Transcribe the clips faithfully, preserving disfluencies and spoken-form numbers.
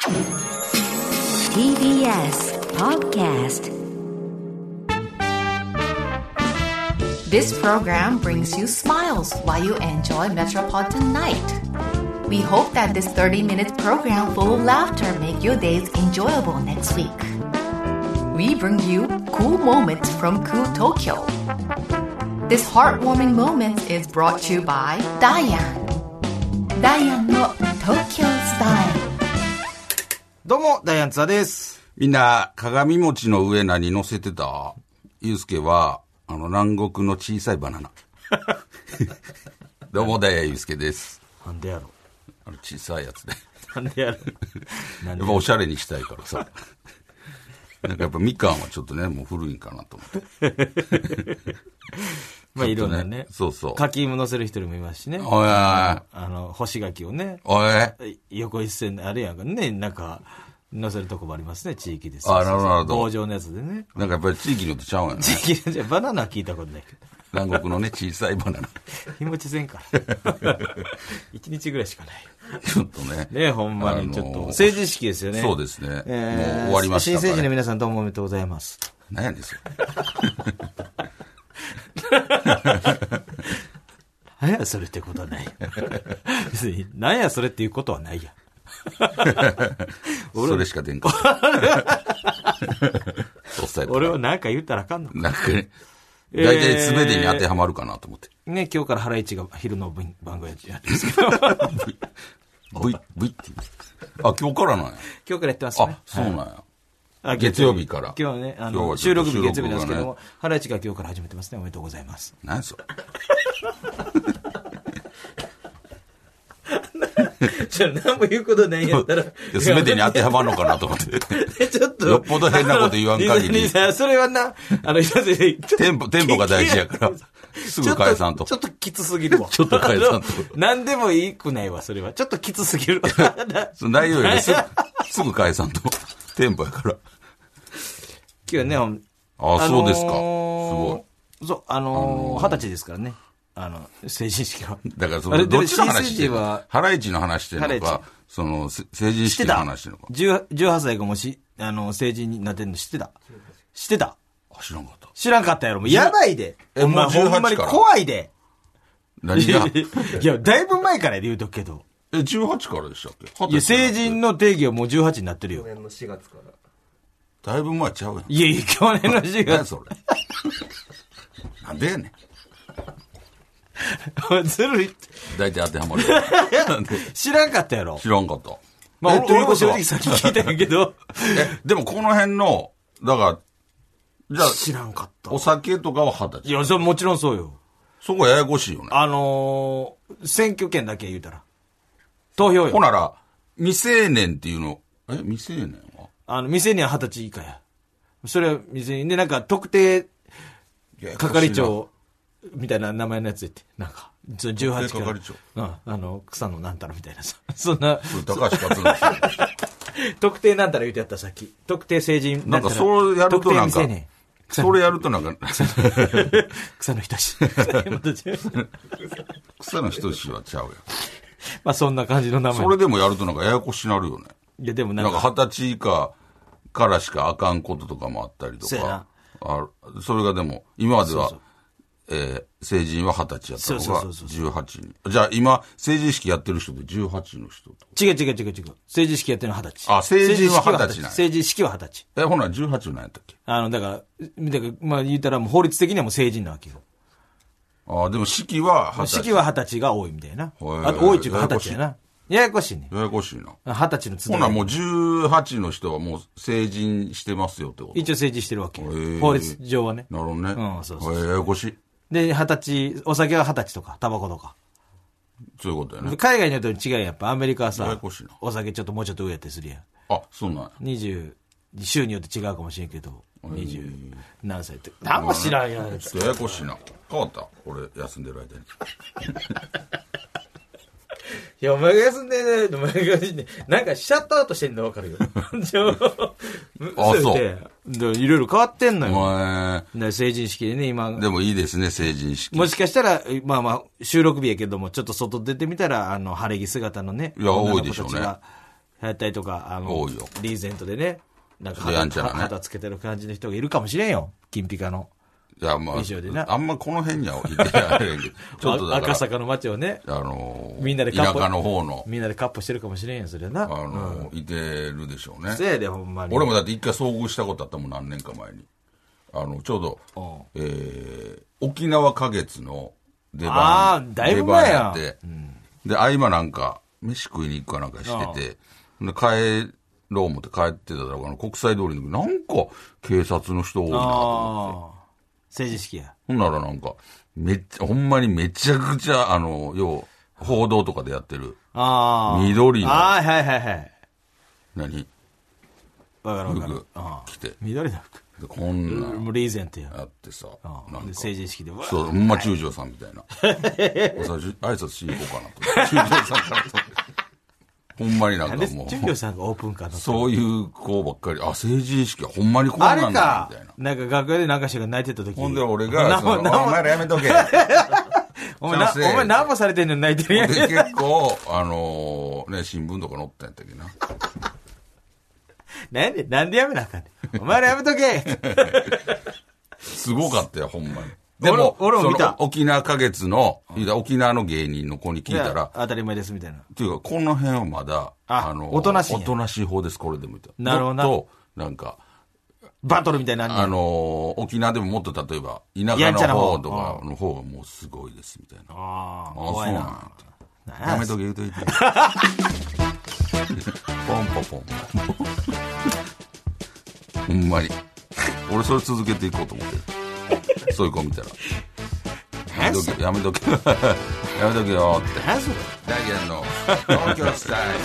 ティービーエス Podcast. This program brings you smiles while you enjoy Metropolitan Night. We hope that this thirty-minute program full of laughter make your days enjoyable next week. We bring you cool moments from cool Tokyo. This heartwarming moment is brought to you by Diane. Diane の Tokyo Style. どうも、ダイアンツァです。 みんな、鏡餅の上何乗せてた？ゆうすけは、あの、南国の小さいバナナ。どうも、ダイアンゆうすけです。 なんでやろあの、小さいやつで。 なんでやろやっぱおしゃれにしたいからさ。なんかやっぱみかんはちょっとね、もう古いんかなと思って。 まあいろんなね。 そうそう。 柿芋乗せる人もいますしね。 おいあの、干し柿をね。 おい横一線あれやんかね、なんか、乗せるとこもありますね、地域です。 あ、なるほど。 棒状のやつでね。 なんかやっぱり地域によってちゃうんやね。 地域じゃバナナは聞いたことないけど。 南国のね、小さいバナナ。 日持ちせんから。一日ぐらいしかない。 ちょっとね。 ね、ほんまにちょっと。成人式ですよね。 そうですね。 えー、 もう終わりましたから、ね。 新成人の皆さんどうもおめでとうございます。 何やねん、それ。 何やそれってことはない。別に、何やそれっていうことはないや。 それしか出んかった。 俺は何か言ったらあかんのか。 なんかね。大体すべてに当てはまるかなと思って。 えー、ね、今日からハライチが昼の番組やってるんですけど。 V、V って言う。あ、今日からなんや。 今日からやってますね。 あ、そうなんや。 はい、あ月曜日から。 今日はね、あの、収録日月曜日なんですけども、ハライチが今日から始めてますね。おめでとうございます。 何それ。 じゃあ何も言うことないんやったら。 すべてに当てはまるのかなと思って。 ちょっと。 よっぽど変なこと言わん限り。 それはな、あの、 テンポ、テンポが大事やから。すぐ返さんと。 ちょっときつすぎるわ。 ちょっと返さんと。 何でもいいくないわ、それは。ちょっときつすぎる。 その内容よりすぐ、すぐ返さんと。テンポやから。 今日ね、 ああ、そうですか。すごい。そう、あのー、二十歳ですからね。あの、成人式は。 だからその、どっちの話してるの？ハライチの話してるのか、その、成人式の話してるのか。 じゅうはっさいがもし、あの、成人になってんの知ってた？知ってた？ 知らんかった。 知らんかったやろ。もうやばいで。 え、もうじゅうはちから。ほんまに怖いで。 何が？ いや、だいぶ前から言うとくけど。 え、じゅうはちからでしたっけ？ いや、成人の定義はもうじゅうはちになってるよ。 去年のしがつから。 だいぶ前ちゃうやん。 いやいや、去年のしがつ。 何それ。なんでやねん。ずるいって。 大体当てはまる。 知らんかったやろ。 知らんかった。 まあ、俺も正直さっき聞いたんやけど。 え、でもこの辺の、だから、じゃあ、 知らんかった。 お酒とかは二十歳。 いや、それもちろんそうよ。 そこややこしいよね。 あのー、選挙権だけ言うたら。投票よ。 ほなら、未成年っていうの、え、未成年はあの、未成年は二十歳以下や。それは未成年で、なんか特定係長みたいな名前のやつ言って、なんか、じゅうはちから。 係長。 うん、あの、草のなんたらみたいなさ。そんな。 高橋克典さん。 特定なんたら言ってやったさっき。特定成人なんかそうやるとなんか、 特定未成年。 それやるとなんか、 草の人し。 草の人しはちゃうやん。 まあそんな感じの名前。 それでもやるとなんかややこしなるよね。 いやでもなんか。 なんか二十歳以下からしかあかんこととかもあったりとか。あそれがでも、今までは、そうそうえー、成人は二十歳やったのがじゅうはちに。じゃあ今、成人式やってる人でじゅうはちの人と。 違う違う違う違う。成人式やってるのは二十歳。 あ、成人は二十歳なんや。 成人式は二十歳。 え、ほなじゅうはちなんやったっけ？ あの、だから、だから、まあ言ったらもう法律的にはもう成人なわけよ。 ああ、でも式は二十歳。 式は二十歳が多いみたいな。あと多いっていうか二十歳やな。ややこしいね。 ややこしいな。 二十歳のつほなもうじゅうはちの人はもう成人してますよってこと？ 一応成人してるわけ。法律上はね。 なるほどね。 うん、そうそうそう。 ややこしい。 で、二十歳、お酒は二十歳とか、タバコとか。 そういうことやね。 海外によって違いやっぱ、アメリカはさ、 ややこしいな。 お酒ちょっともうちょっと上やったりするやん。 あ、そうなんや。 二十、州によって違うかもしれんけど、二十何歳って。何も知らんやん。 ややこしいな。変わった俺、休んでる間に。 いや、お前が休んでないの、お前が休んで、なんかシャットアウトしてんの分かるよ。 あ、そう。 いろいろ変わってんのよ。 お前成人式でね、今。 でもいいですね、成人式。 もしかしたら、まあまあ、収録日やけども、ちょっと外出てみたら、あの、晴れ着姿のね。 いや、多いでしょうね。 流行ったりとか、あの、 多いよリーゼントでね、なんかやんちゃなね肌つけてる感じの人がいるかもしれんよ。金ピカの。 いや、まあ、 以上でなあんまこの辺には置いてられんけど、ちょっとだから、 赤坂の街をね、 あのー、 みんなでカッポ田舎の方の、 みんなでカッポしてるかもしれんよ、それな。 あのー、いてるでしょうね。 せやで、ほんまに。 俺もだって一回遭遇したことあったもん、何年か前に。あの、ちょうど、 うんえー、沖縄花月の出番、 あーだいぶ前やん出番って、で、合間なんか、飯食いに行くかなんかしてて、で、帰ろう思って帰ってたら、あの、国際通りの時、なんか、警察の人多いなと思って。 ああ。政治式や。 ほんならなんか、めっちゃ、ほんまにめちゃくちゃ、あの、要、報道とかでやってる、 ああ。 緑の、 ああ、はいはいはい。 何わかるわかる服。 ああ着て緑の服。 でこんなんもうリーゼントや。 やってさ、 ああでなんか、 成人式で。わそう、ほんま中条さんみたいな。最初、挨拶しに行こうかなと。中条さんからと。ほんまになんなんでかもう、 中京さんがオープンカーのそういう子ばっかり、あ、成人式はほんまにこうなんあれだかみたいな。 なんか学校でなんかしが泣いてた時。 ほんで俺が、そのおな前らやめとけ。 お前な、お前何もされてんのに泣いてるやん。 で、結構、あのー、ね、新聞とか載ったんやったっけな。 なんで、なんでやめなあかんねん。お前らやめとけ。 すごかったよ、ほんまに。でも、 俺も見たその沖縄花月の、沖縄の芸人の子に聞いたら、 当たり前ですみたいな。 っていうか、この辺はまだ、 あの、 おとなしいんやおとなしい方です、これでも言った。 なるほどなもっと、なんか、 バトルみたいなのあんねんあのー、沖縄でももっと例えば、田やんちゃな方舎の方とかの方がもうすごいです、みたいな。 ああ、 あ怖いな。 そうなんややめとけ言うといて。ポンポポン。ほんまに。俺それ続けていこうと思ってる。そういう子見たら。やめとけ、やめとけ。やめとけよって。 何それダイアンの東京スタイル。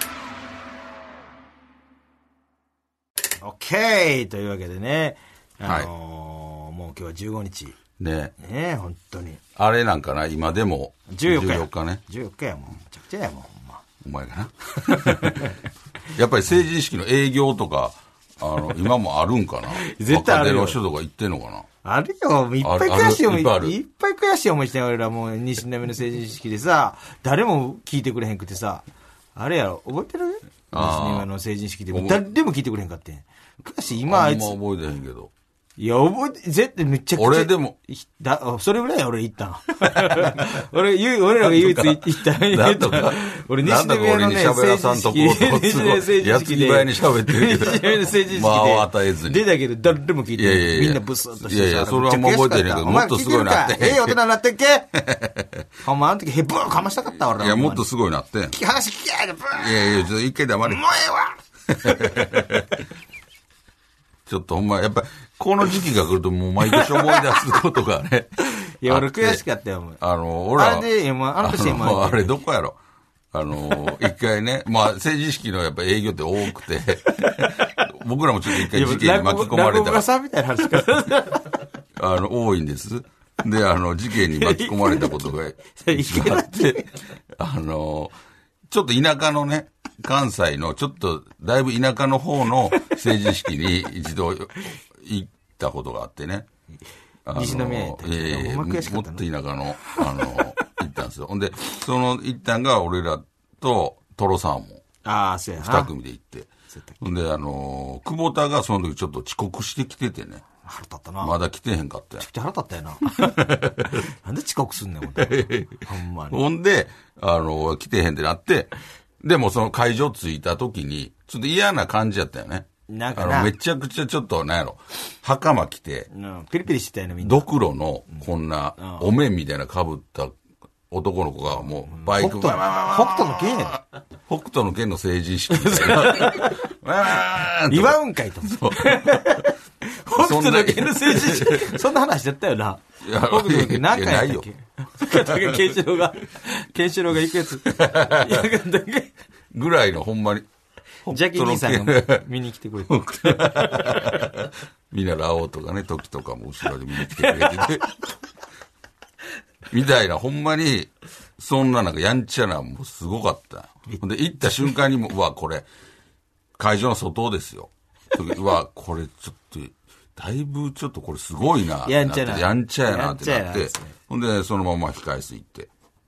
オッケーというわけでね、あのーはいもう今日はじゅうごにち。 ねねえ、本当に。 あれなんかな、今でも。 じゅうよっかや。 じゅうよっかね。 じゅうよっかやもん。めちゃくちゃやもん、ほんま。 お前がな。やっぱり成人式の営業とか、あの、今もあるんかな。 絶対あるよ若手の人とか行ってんのかな。 あるよ。いっぱい悔しい思い、 あるいっぱいあるいっぱい悔しい思いしてん俺らもうにしゅうねんめの成人式でさ、誰も聞いてくれへんくてさ、あれやろ、覚えてるにしゅうねんめの成人式でも誰でも聞いてくれへんかってん。悔しい、今あいつあんま、覚えてへんけど。 いや、覚えて、絶対めちゃくちゃ。 俺でもいだ、それぐらい俺行ったん。俺、ゆ俺らが唯一行った。 なんとか、 俺、 なんとか俺に喋らさんとこうと、すごい、やつぎばいに喋ってるけど。 西目の成人式で。 間を与えずに。 出たけど、誰でも聞いていやいやいやみんなブスッとしてさ。 いやいやそれはもう覚えてるけどめっちゃ悔しかったもっとすごいなってお前聞いてるかええ大人になってっけほんま、あの時、へブーかましたかった俺ら。 いや、もっとすごいなってん。 話聞きやで、ブーいやいや、ちょっと一回黙れ。 もうええわちょっとほんま、やっぱ、この時期が来るともう毎年思い出すことがね。 いや、俺あって悔しかったよ、お前。 あの、俺は。 あれで エムワン、あの年 エムワンあのあれどこやろ。あの、一回ね、まあ、成人式のやっぱ営業って多くて、僕らもちょっと一回事件に巻き込まれたら、 落語家さんみたいな話か。 あの、多いんです。で、あの、事件に巻き込まれたことが一度あって、あの、ちょっと田舎のね、関西のちょっとだいぶ田舎の方の成人式に一度行ったことがあってね。あの西宮やったっけいやいやいやほんま悔しかったもっと田舎の、あの、行ったんですよ。ほんで、その行ったんが俺らとトロサーモン。 ああ、そうやな。 二組で行って。ほんで、あの、久保田がその時ちょっと遅刻してきててね。 腹立ったな。 まだ来てへんかったよ。 めっちゃ腹立ったよな。なんで遅刻すんねん、ほんとほんまに。 ほんで、あの、来てへんってなって、でもその会場着いた時に、ちょっと嫌な感じやったよね。 なんかなあの、めちゃくちゃちょっと、なんやろ、袴着て、 うん、ピリピリしてたよね、みんな。 ドクロの、こんな、お面みたいな被った男の子が、もう、バイク、 北斗の、北斗の剣や北斗の剣の成人式みたいな。わーんで。 と祝うんかいと。北斗の剣の成人式。そんな話だったよな。 いや北斗の剣何回やったっいやないけ北斗の剣、ケンシロウが、ケンシロウが行くやつ。いや、だけ。 ぐらいのほんまに。 ジャキ兄さんが見に来てくれて。 みんなラオウとかね、時とかも後ろで見に来てくれてて。みたいな、ほんまに、そんななんかやんちゃな、もうすごかった。ほんで、行った瞬間にも、うわ、これ、会場の外ですよ。うわ、これちょっと、だいぶちょっとこれすごいな。 やんちゃな。 やんちゃやなってなって。 やんちゃやなほんで、そのまま控え室行って。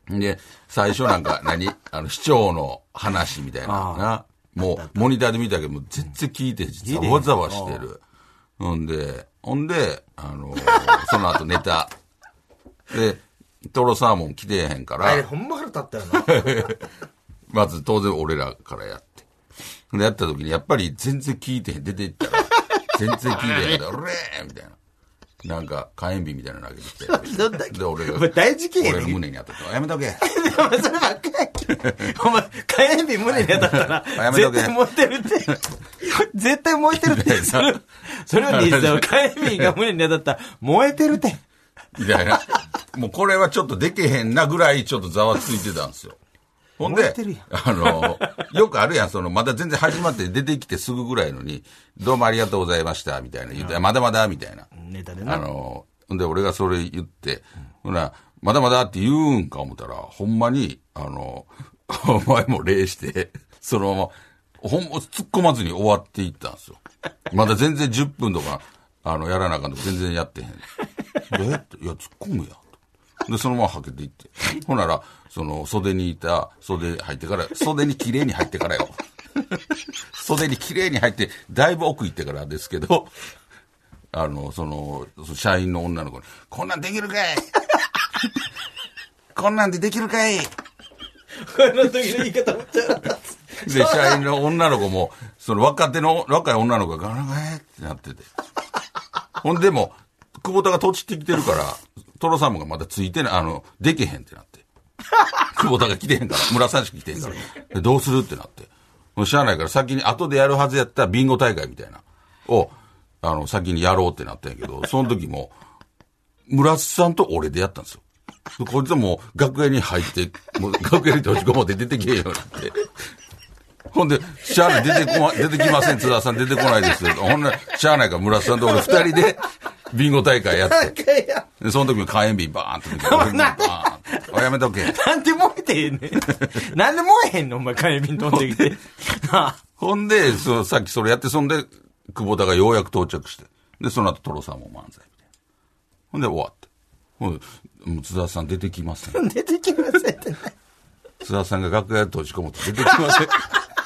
で、最初なんか何、あの、市長の話みたいなな。もう、モニターで見たけど、もう全然聞いて、実はわざわしてる。ほんで、ほんで、あのー、その後ネタ。で、トロサーモン来てへんから。 あれ、ほんま腹立ったよな。 まず当然俺らからやって。で、やった時に、やっぱり全然聞いてへん。出ていったら、全然聞いてへんから、うれーみたいな。なんか、火炎瓶みたいなの投げてきて。 どんだけで、俺が、 お前大事件やね俺の胸に当たって、やめとけ。 お前そればっかり。お前、火炎瓶胸に当たったら、 やめとけ絶対燃えてるって。絶対燃えてるって。それ、それをにして火炎瓶が胸に当たったら、燃えてるって。 みたいな。もうこれはちょっとでけへんなぐらいちょっとざわついてたんですよ。ほんで、あの、よくあるやん、その、まだ全然始まって出てきてすぐぐらいのに、どうもありがとうございました、みたいな言って、まだまだ、みたいな。 ネタでな。 あの、ほんで、俺がそれ言って、ほら、まだまだって言うんか思ったら、ほんまに、あの、お前も礼して、そのまま、ほんま、突っ込まずに終わっていったんですよ。まだ全然じゅっぷんとか、あの、やらなあかんとか全然やってへん。えって、いや、突っ込むや。で、そのままはけていって。ほんなら、その、袖にいた、袖入ってから、袖に綺麗に入ってからよ。袖に綺麗に入って、だいぶ奥行ってからですけど、あの、その、社員の女の子に、こんなんできるかいこんなんでできるかいこの時の言い方もちゃう。 で、社員の女の子も、その若手の、若い女の子がガラガラってなってて。ほんでも、久保田がとちってきてるから、トロサーモンがまだついてない、あの、でけへんってなって。久保田が来てへんから、村さんしか来てへんから。で、どうするってなって。もうしゃあないから先に後でやるはずやったビンゴ大会みたいな。を、あの、先にやろうってなったんやけど、その時も、村さんと俺でやったんですよ。こいつはもう楽屋に入って、もう楽屋に閉じ込まって出てけえようになって。ほんで、しゃあない、出てこま、出てきません、津田さん出てこないです。ほんで、しゃあないから村さんと俺二人で、ビンゴ大会やって。で、その時も火炎瓶バーンって時に、バーン。おやめとけ。 なんで燃えてへんねん。なんで燃えへんのお前火炎瓶飛んできて。 ほんで、そのさっきそれやって、そんで、久保田がようやく到着して。で、その後、トロさんも漫才みたいな。ほんで終わって。ほんで、もう津田さん出てきません。 出てきませんってね。 津田さんが楽屋で閉じ込むと出てきません。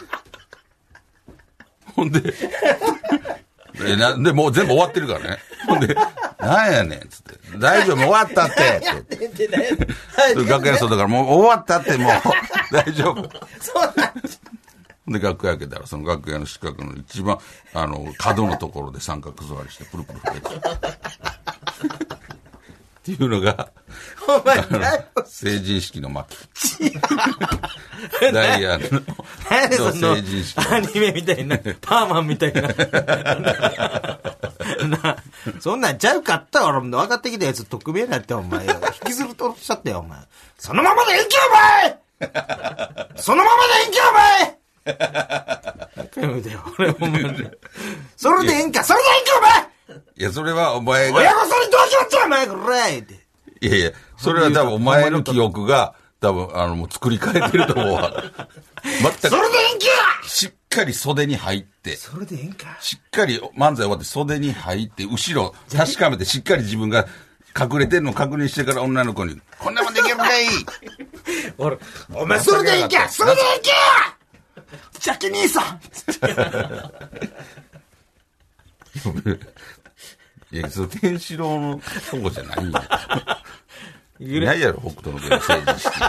ほんで、えなで、もう全部終わってるからね。ほんで、なんやねん、つって。大丈夫、もう終わったって。って楽屋そうだから、もう終わったって、もう、大丈夫。 そうなんです。 で、楽屋開けたら、その楽屋の四角の一番、あの、角のところで三角座りして、プルプル震えてる。っていうのが、 お前、 成人式の巻。ダイヤの成人式。 アニメみたいな、パーマンみたいな。なそんなんちゃうかったわ、俺も分かってきたやつ特命なって、お前。引きずるとしちゃったよ、お前。そのままでいけよ、お前そのままでいけよ、お前俺ほんまにそれでええんかそれでええんかお前いやそれはお前が親御さんにどうしよっちゃお前これっていやいやそれは多分お前の記憶が多分あのもう作り変えてると思うわ全くそれでええんかしっかり袖に入ってそれでええんかしっかり漫才終わって袖に入って後ろ確かめてしっかり自分が隠れてるの確認してから女の子にこんなもんできるかい俺お前それでええんかそれでええんかジャケ兄さんいや、その天四郎のとこじゃないよ。ないやろ、北斗の拳の成人式。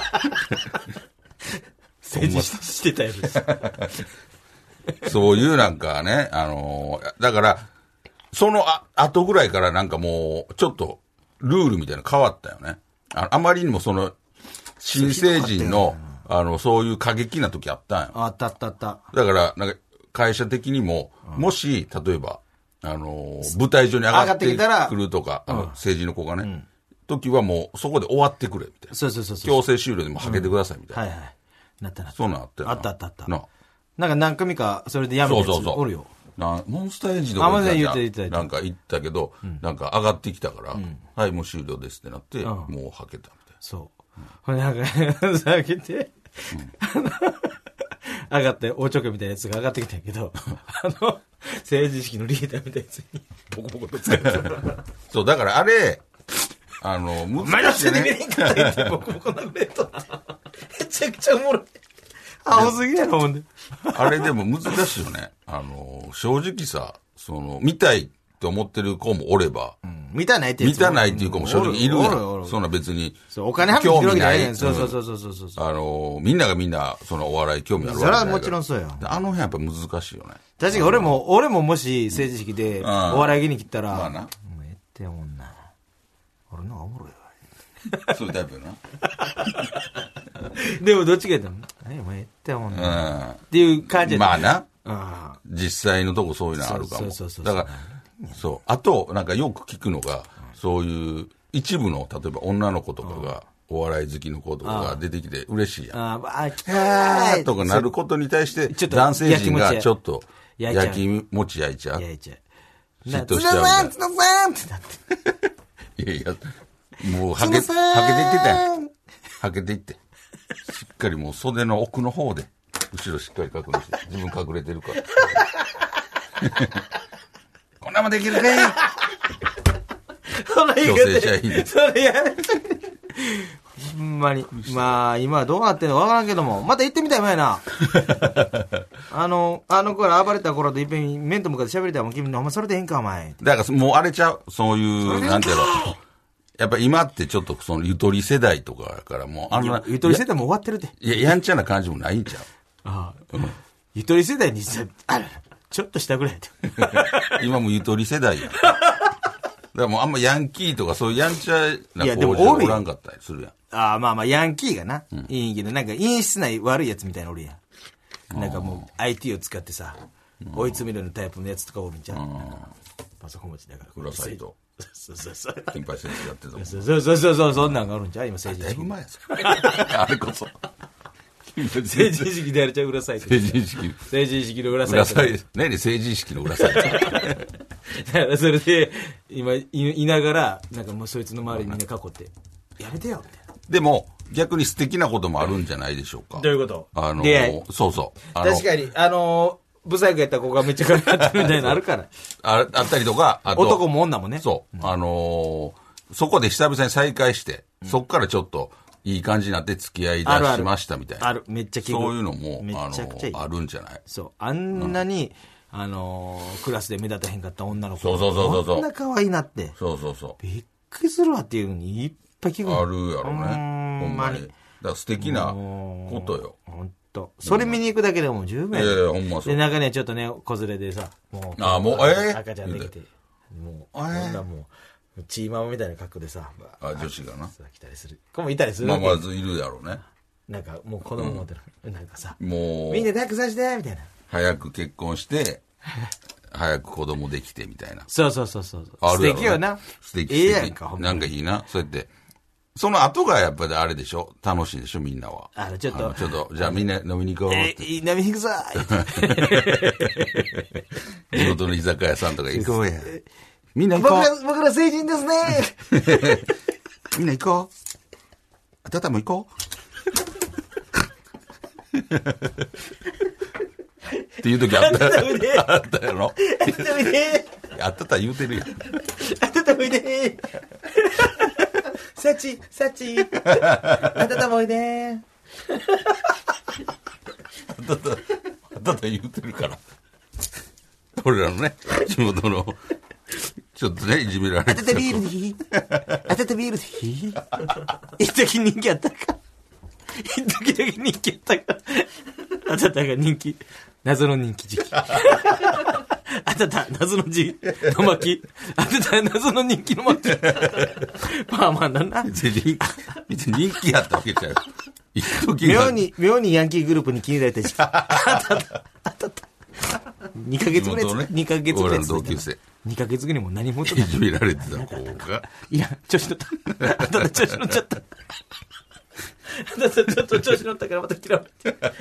成人式してたやつ。そういうなんかね、あのー、だから、そのあ後ぐらいからなんかもう、ちょっと、ルールみたいなの変わったよね。あ, あまりにもその、新成人の、あの、そういう過激な時あったんよ。 あったあったあった。 だから、なんか、会社的にも、うん、もし、例えば、あのー、舞台上に上がってくるとか、あの、成人の子がね、うん、時はもう、そこで終わってくれ、みたいな。 そうそうそうそう。 強制終了でもはけてください、みたいな。 うん、はいはい。なったなった。 そうなんあったよな。 あったあったあった。 な。 なんか何組か、それでやめたやつそうそうそうおるよ。 なモンスターエンジンとかあ、まだ言って言ってなんか言ったけど、うん、なんか上がってきたから、うん、はい、もう終了ですってなって、うん、もうはけたみたいな。 そう。ほ、うん、なんか、さあげて、うん、上がって、大チョケみたいなやつが上がってきたんやけど、あの、成人式のリーダーみたいなやつに、ボコボコと使ってた。 そう、だからあれ、 あの、難しいね。 お前のせいで見れんかった言って、ボコボコ殴れとって。めちゃくちゃおもろい。アホすぎやろ、ほんで。 あれでも難しいよね。あの、正直さ、その、見たいって思ってる子もおれば、 うん、見たないって見たないっていう子も正直いるやん。そんな別に。 そう、お金はめてるわけじゃないやん。そうそうそうそうそうそう。 あの、みんながみんな、そのお笑い興味あるわけじゃない。それはもちろんそうよ。 あの辺やっぱ難しいよね。 確かに俺も、俺ももし成人式でお笑い芸人来たら、 まあな。 もうええって思うな。俺のがおもろいわ。そういうタイプよな。 でもどっちか言ったら、え、もうええって思うな。っていう感じまあな。 あ実際のとこそういうのあるかも。 そうそうそう。 だから、そう。あと、なんかよく聞くのが、そういう一部の、例えば女の子とかが、お笑い好きの子とかが出てきて嬉しいやん。 ああ、来たーとかなることに対して、男性陣がちょっと、焼き餅焼いちゃう。 焼いちゃう。 嫉妬しちゃう。 つのさん、つのさんってなって。 いやいや、もう、はけ、はけていってたやん。はけていって。しっかりもう袖の奥の方で、後ろしっかり確認して、自分隠れてるから。こんなもんできるかい。 それ女性社員で。 それやめて。ほんまに。まあ、今はどうなってんのかわからんけども、また行ってみたいもんやな。あの、あの子ら暴れた頃といっぺん面と向かって喋りたいもん、君、お前それでええんか、お前。 だからもうあれちゃう、そういう、なんていうの。やっぱ今ってちょっとそのゆとり世代とかやからもう、あの、 ゆとり世代も終わってるで。 いや、やんちゃな感じもないんちゃう。 ああ、うん、ゆとり世代にさ、あら、ちょっとしたぐらいで。 今もゆとり世代やん。だからもうあんまヤンキーとかそういうやんちゃな子じゃおらんかったりするやん。 ああ、まあまあ、ヤンキーがな。うん、いいけど、なんか、陰湿ない悪いやつみたいなおるやん。なんかもう、アイティー を使ってさ、追い詰めるようなタイプのやつとかおるんじゃん。パソコン持ちだから。 クラサイト。 そうそうそう。 金八先生やってたもん。 そうそうそうそう、そんなんがあるんじゃん、今、成人式。 だいぶ前やそれ。あれこそ。 成人式でやれちゃう裏サイト。 成人式。 成人式の裏サイト。 裏サイト。何成人式の裏サイト。だからそれで、今、い、いながら、なんかもうそいつの周りにみんな囲って、やめてよ、みたいな。 でも、逆に素敵なこともあるんじゃないでしょうか。 どういうこと？ あの出会い。 そうそう。 確かに、あのー、ブサイクやった子がめっちゃ可愛かったみたいなのあるから。 あ, あったりとか、あと男も女もね。 そう。うん、あのー、そこで久々に再会して、うん、そこからちょっといい感じになって付き合い出しましたみたいな。 ある、あるめっちゃ聞く。 そういうのも、 めちゃくちゃいい。 あのー、あるんじゃない？ そう。あんなに、うん、あのー、クラスで目立たへんかった女の子。 そうそうそうそう。 こんな可愛いなって。 そうそうそう。 びっくりするわっていうのにいっぱい聞く。 あるやろね。ほんまに。だから素敵なことよ。 ほんと。それ見に行くだけでも十分や。 いやいや、ほんまそう。 で、中にはちょっとね、子連れでさ、もう。 ああ、もう、えー、赤ちゃんできて。もう、こんなもう、チーママみたいな格好でさ。 あ、女子がな。 来たりする。子もいたりする。 まあ、まずいるやろうね。 なんか、もう子供持ってる。うん、なんかさ、 もう。 みんな抱っこさせて、みたいな。 早く結婚して、早く子供できて、みたいな。 そうそうそうそう。 あるやろ、ね。 素敵よな。 素敵。 ええやんか、 ほんまなんかいいな。そうやって。その後がやっぱりあれでしょ楽しいでしょみんなは。 あの、ちょっと。 ちょっと、じゃあみんな飲みに行こうって。 えー、飲みに行くぞ地元の居酒屋さんとか行こうや。みんな行こう。 僕ら、僕ら成人ですねみんな行こう。あたたも行こう。っていう時あったよ。あったやろ。 あたたもいであったた言うてるやん。 あたたもいでサチ、サチ、あたたもいであたた、あたた言うてるから。俺らのね、地元の、ちょっとね、いじめられてあたたビールでいいあたたビールでいい一時人気あったか一時だけ人気あったかあたたが人気、謎の人気時期。あたた、謎の字の巻。あたた、謎の人気の巻。まあまあなんだ。 別に人気やったわけじゃない。 妙に、妙にヤンキーグループに気に入られた時期。あたた、あたた。にかげつぐらい、ね、にかげつぐらい。 同級生。 にかげつぐらいもう何もといじめられてた子が。 いや、調子乗った。あたた、調子乗っちゃった。あたた、ちょっと調子乗ったからまた嫌われて。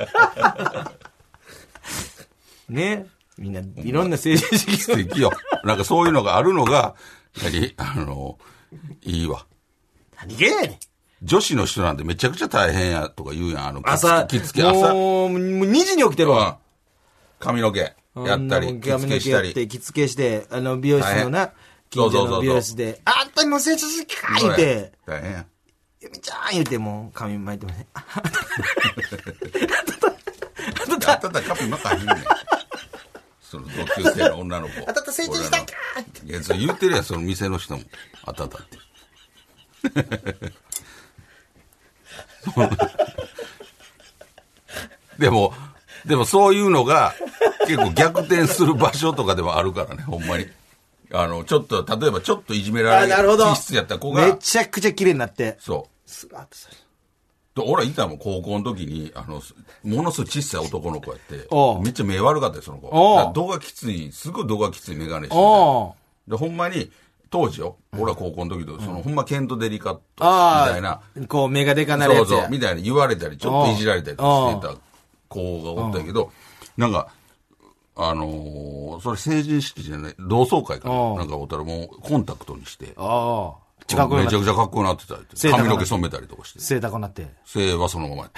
ねみんないろんな政治式素敵よ。なんかそういうのがあるのが、やはり、あの、いいわ。 何がやねん。 女子の人なんてめちゃくちゃ大変やとか言うやん。あの、 朝、 着付け、朝。 もう、もうにじに起きてるわ。 髪の毛やったり、 着付けしたり。着付けして、あの、美容室のな、 近所の美容室で、あんたにも成長式か言うて、 大変や。 ゆみちゃん言うてもう髪巻いてもね。あたた。あたた髪巻かへんねん。その同級生の女の子。 あたた成長したんかいや、それ言ってるやん、その店の人も。あたたって。でも、でもそういうのが結構逆転する場所とかでもあるからね、ほんまに。あの、ちょっと、例えばちょっといじめられる気質やった子が。 めちゃくちゃ綺麗になって。 そう。 すがっとさ。 俺いたもん、高校の時に、あの、ものすごい小さい男の子やって、 おめっちゃ目悪かったよ、その子。度がきつい、すごい度がきついメガネしてた。で、ほんまに、当時よ、俺は高校の時と、うん、その、ほんまケントデリカット、みたいな。 こう、目がでかなるやつや。 そうそう、みたいに言われたり、ちょっといじられたりしてた子がおったけど、なんか、あのー、それ成人式じゃない、同窓会かな。なんかおったらもう、コンタクトにして。ああ。めちゃくちゃかっこよくなってたり。髪の毛染めたりとかして。 背高くなって。 背はそのままやった。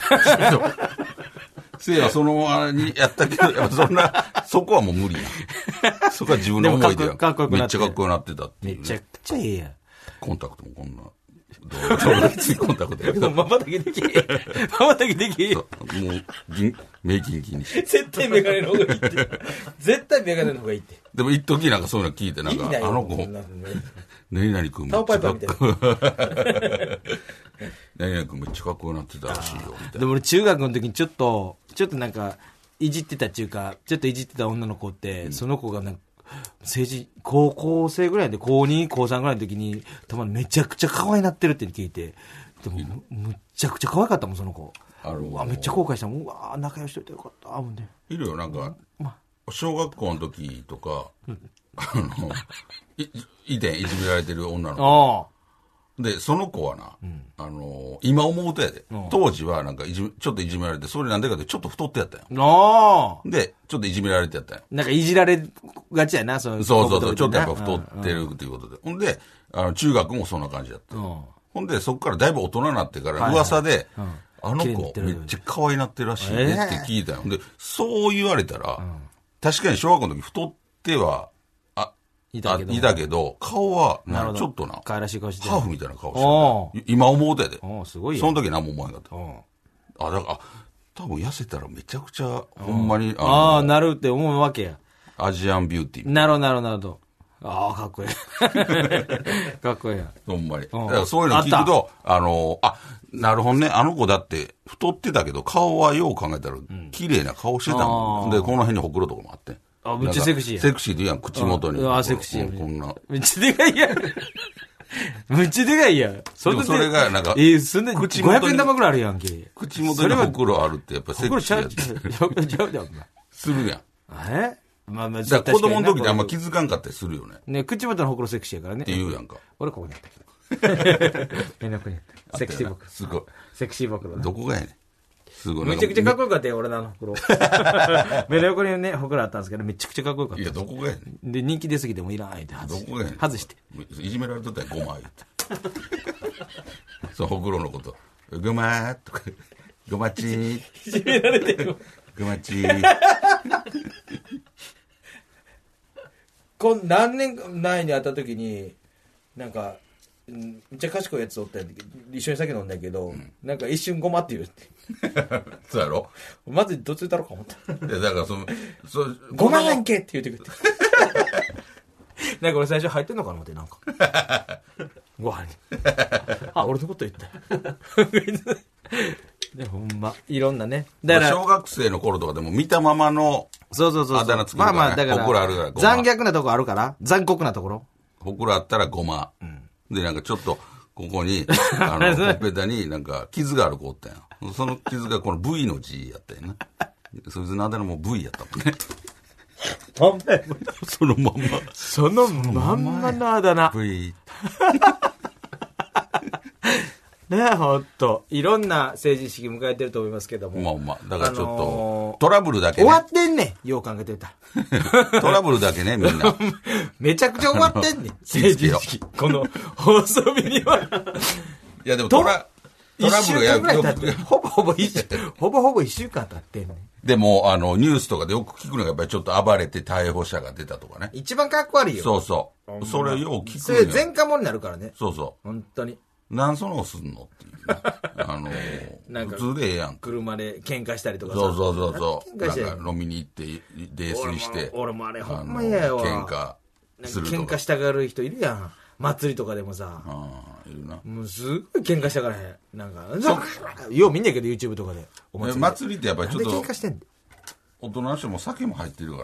背はそのままにやったけど、やっぱそんな、そこはもう無理や。そこは自分の思いでや。 かっこよくなって。 めっちゃかっこよくなってたっていう、ね。 めちゃくちゃいいやん。 コンタクトもこんな。どうついコンタクトやけど。 まばたきできまばたきできもう、銀、目キンキンにして。 絶対メガネの方がいいって。絶対メガネの方がいいって。 でも一時なんかそういうの聞いて、なんか、あの子、何々くんめっちゃかっこよ。何々くんめっちゃかっこよくなってたらしいよ、みたいな。 でも俺中学の時にちょっと、ちょっとなんか、いじってたっていうか、ちょっといじってた女の子って、うん、その子がなんか、政治、高校生ぐらいで、高に、高さんぐらいの時に、たまにめちゃくちゃ可愛いなってるって聞いて、でも、むっちゃくちゃ可愛かったもん、その子。あるわ。めっちゃ後悔したもん。うわ仲良しといてよかった、思うね。 いるよ、なんか、ま、小学校の時とか、うん、あの、い、以前いじめられてる女の子。で、その子はな、うん、あの、今思うとやで、当時はなんかいじめ、ちょっといじめられて、それなんでかってちょっと太ってやったよ。で、ちょっといじめられてやったよ。 なんかいじられがちやな、 そうそうそう、ちょっとやっぱ太ってるっていうことで。ほんで、あの、中学もそんな感じだった。ほんで、そっからだいぶ大人になってから、噂で、あの子めっちゃ可愛いなってるらしいねって聞いたよ。で、そう言われたら、確かに小学校の時太っては、いたけど、いたけど顔はな、ちょっとな、 可愛らしい顔してハーフみたいな顔してる。今思うてやで。 すごいその時何も思わなかった。あ、だから、あ、多分痩せたらめちゃくちゃ、ほんまに、 ああ、なるって思うわけや。 アジアンビューティー。 なるほど、なるほど、なるほど。ああ、かっこいい。かっこいいや。 ほんまに。だからそういうの聞くと、あの、あ、なるほどね。あの子だって太ってたけど、顔はよう考えたら、綺麗な顔してたもん。で、この辺にほくろとかもあって。 あ、めっちゃセクシーや。 セクシーでいいやん、口元に。 あ、セクシーや。 こんな。 めっちゃでかいやん。めっちゃでかいやん。 それそれが、なんか、 えー、そんな、口元ごひゃくえん玉ぐらいあるやんけ。 口元にほくろあるって、やっぱセクシーやつ。 ほくろちゃうじゃん。 するやん。 えまあまあ、 だから子供の時にあんま気づかんかったりするよね。 ね、口元のほくろセクシーやからね。 って言うやんか。 俺ここにあったけど。目の横にあった。セクシーぼくろ。 すごい。 セクシーぼくろ。 どこがやねん。すごい。 めちゃくちゃかっこよかったよ、俺のあのほくろ。目の横にね、ほくろあったんですけど、めちゃくちゃかっこよかった。 いや、どこがやねん。で、人気出すぎてもいらないって外して。どこがやねん。外して。 いじめられとったらごま言って。そう、ほくろのこと。ごまーとか、ごまちー。 いじめられてる。 ごまちー。 こん何年前に会った時に、なんか、めっちゃ賢いやつおったんだけど、一緒に酒飲んだけど、うん、なんか一瞬ごまって言うって。 そうやろまずどついたろうか思った。 いや、だからその、そごまやんけって言ってくれて。なんか俺最初入ってんのかな思って、なんか。ご飯に。あ、俺のこと言った。でほんま、いろんなね。 だから、小学生の頃とかでも見たままの、 そうそうそう。 あだ名つくから、ね。まあまあ、だから、ほくろあるから、 残虐なとこあるから残酷なところ。 ほくろあったらごま。うん、で、なんかちょっと、ここに、あの、ほっぺたになんか傷がある子おったやん。その傷がこの V の字やったやんな。そいつのあだ名も V やったもんね。 まんまやそのまんま。 そのまんまのあだ名。 V。 ねえ、ほんと。いろんな成人式迎えてると思いますけども。 まあまあ、だからちょっと、あのー、トラブルだけね。終わってんねん。よう考えてた。 トラブルだけね、みんな。 めちゃくちゃ終わってんねん。成人式。この放送日には。 いやでもトラ、 トラブルやよくほぼほぼ一週ほぼほぼ一週間経ってんねん。 でも、あの、ニュースとかでよく聞くのが、やっぱりちょっと暴れて逮捕者が出たとかね。 一番かっこ悪いよ。 そうそう。それよう聞くそれ前科者になるからね。 そうそう。 本当に。 なんそのすんのっていう、ね。あのー、なんか普通でええやん。 車で喧嘩したりとかさ。 そうそうそうそう。なんか飲みに行って、泥酔して。 俺もあれほんま嫌やわ。 喧嘩するとか。 喧嘩したがる人いるやん。祭りとかでもさ。 ああ、いるな。 もうすごい喧嘩したからへん。なんか、よう見んねんけど YouTube とかで。 お祭り。祭りってやっぱりちょっと。 なんで喧嘩してんの？ 大人の人も酒も入ってるから、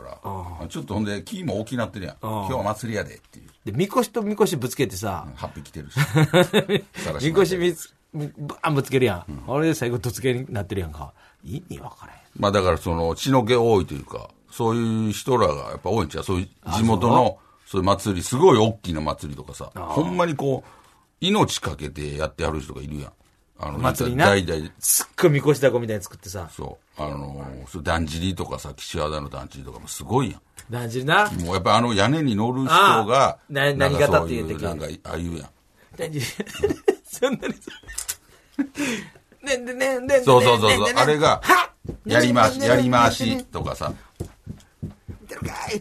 ちょっとほんで、気も大きなってるやん。今日は祭りやでっていう。 で、みこしとみこしぶつけてさ。 はっぴきてるし。 みこしみつ、バーンぶつけるやん。うん、あれで最後、とつけになってるやんか。意味わからへん。 まあだからその、血の気多いというか、そういう人らがやっぱ多いんちゃう。そういう地元の、そういう祭り、すごい大きな祭りとかさ、ほんまにこう、命かけてやってやる人がいるやん。 あの、祭りな。代々。すっごいみこしだこみたいに作ってさ。 そう。あのー、そう、だんじりとかさ、岸和田のだんじりとかもすごいやん。 だんじりな。 もうやっぱあの屋根に乗る人が、 な、何型って言うてきなんか、ああいうやん。 だんじり。そんなにさ。ねんでねんでん。 そうそうそうそう。あれが、やり回し、やり回しとかさ。 出るかいって。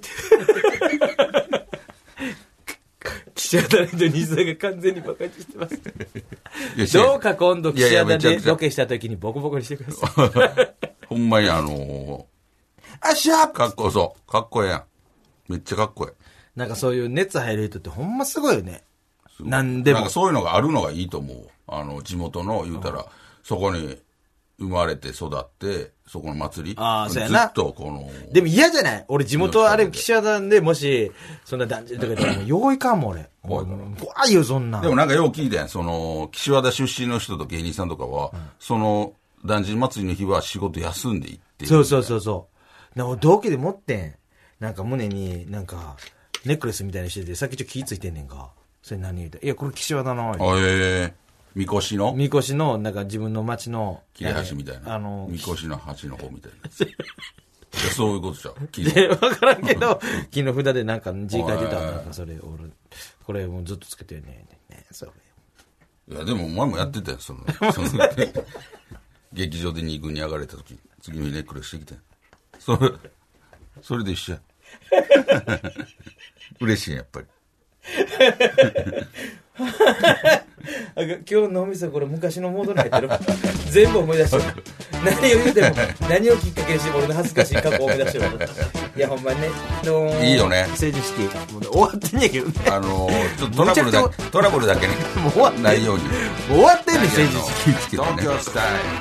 岸和田の人西田が完全にバカにしてます。どうか今度岸和田でロケした時にボコボコにしてください。 ほんまにあのー、 あっしゃかっこそう。かっこええやん。めっちゃかっこええ。 なんかそういう熱入る人ってほんますごいよね。なんでも。 なんかそういうのがあるのがいいと思う。あの、地元の言うたら、うん、そこに生まれて育って、そこの祭り。 ああ、そうやな。 ずっとこの。 でも嫌じゃない？俺地元あれ、岸和田でもし、そんなだんじりとか言ったら、よういかんもん俺。怖い怖いよ、そんな。 でもなんかよう聞いたやん。その、岸和田出身の人と芸人さんとかは、うん、その、だんじり祭りの日は仕事休んで行って。 そうそうそうそう。なんか同期で持ってん。なんか胸に、なんか、ネックレスみたいにしてて、さっきちょっと気ぃついてんねんか。それ何言うて。いや、これ岸和田の。 あ、ええー。みこしのみこしの、なんか自分の町の。 切れ端みたいな。 あの、 みこしの端の方みたいな。いや、そういうことじゃん。 で、わからんけど、木の札でなんか字書いてたんだから、それ、俺、これもうずっとつけてるね。ね、それ。 いや、でもお前もやってたよ、その、その劇場で二軍に上がれた時、次の日ネックレスしてきて。それ、それで一緒や。嬉しいやっぱり。 今日の脳みそこれ昔のモードに入ってる。全部思い出してる。何を言うても何をきっかけにして俺の恥ずかしい過去を思い出してる。いやほんまにね、 いいよね。 成人式もう、ね、終わってんやけどね。 あのー、ちょっとトラブルだトラブルだけにもう終わってないように。もう終わってんねん成人式。 東京スタイ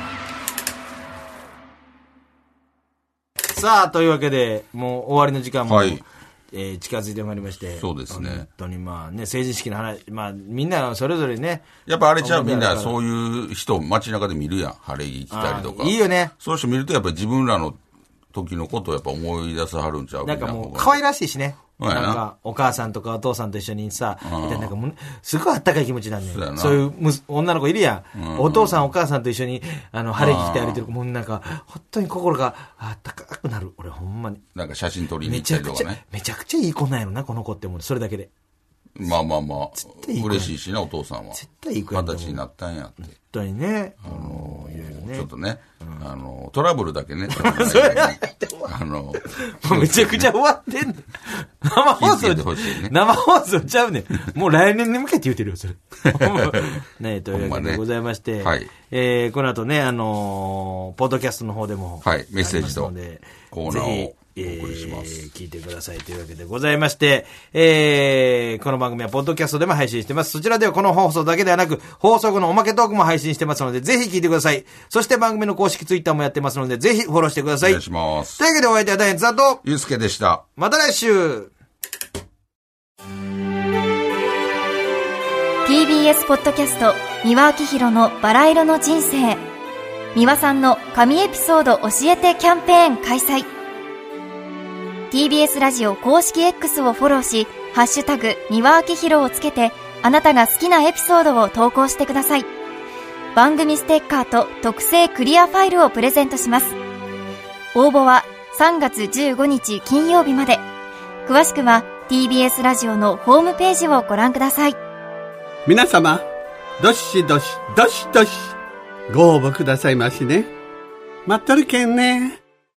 ル。さあというわけでもう終わりの時間も。はい、えー、近づいてまいりまして。 そうですね。 本当にまあね、成人式の話、まあみんなそれぞれね。 やっぱあれちゃうみんなそういう人街中で見るやん。晴れ着着たりとか。 いいよね。 そういう人見るとやっぱり自分らの時のことをやっぱ思い出さはるんちゃう。 なんかもう可愛らしいしね。なんかお母さんとかお父さんと一緒にさ、なんかもうすごいあったかい気持ちなんねん。そういう女の子いるやん。うん、お父さんお母さんと一緒にあの晴れ着着て歩いてる子もうなんか本当に心があったかくなる。俺ほんまに。 なんか写真撮りに行ったりとかね。 めちゃくちゃいい子なんやろなこの子って思う。それだけで。 まあまあまあ嬉しいしなお父さんは。 絶対いい子やと思う。 形になったんやって。 本当にね。あのいろいろね。 ちょっとね、うん、あのトラブルだけね。あのもうめちゃくちゃ終わってんねん。生放送、ね、生放送ちゃうねん。もう来年に向けて言うてるよ、それ。ね、というわけでございまして、ね、はい、えー、この後ね、あのー、ポッドキャストの方でも、 はい、メッセージとコーナーをお送りします。えー、聞いてくださいというわけでございまして、えー、この番組はポッドキャストでも配信してます。そちらではこの放送だけではなく、放送後のおまけトークも配信してますので、ぜひ聞いてください。そして番組の公式ツイッターもやってますので、ぜひフォローしてください。 お願いします。 というわけでお相手は大変ざと、 ゆうすけでした。 また来週。 ティービーエス ポッドキャスト、三輪明宏のバラ色の人生。三輪さんの神エピソード教えてキャンペーン開催。ティービーエス ラジオ公式 X をフォローし、ハッシュタグ三輪明宏をつけて、あなたが好きなエピソードを投稿してください。番組ステッカーと特製クリアファイルをプレゼントします。応募はさんがつじゅうごにち金曜日まで。詳しくは ティービーエス ラジオのホームページをご覧ください。 皆様、どしどしどしどしご応募くださいましね。待っとるけんね。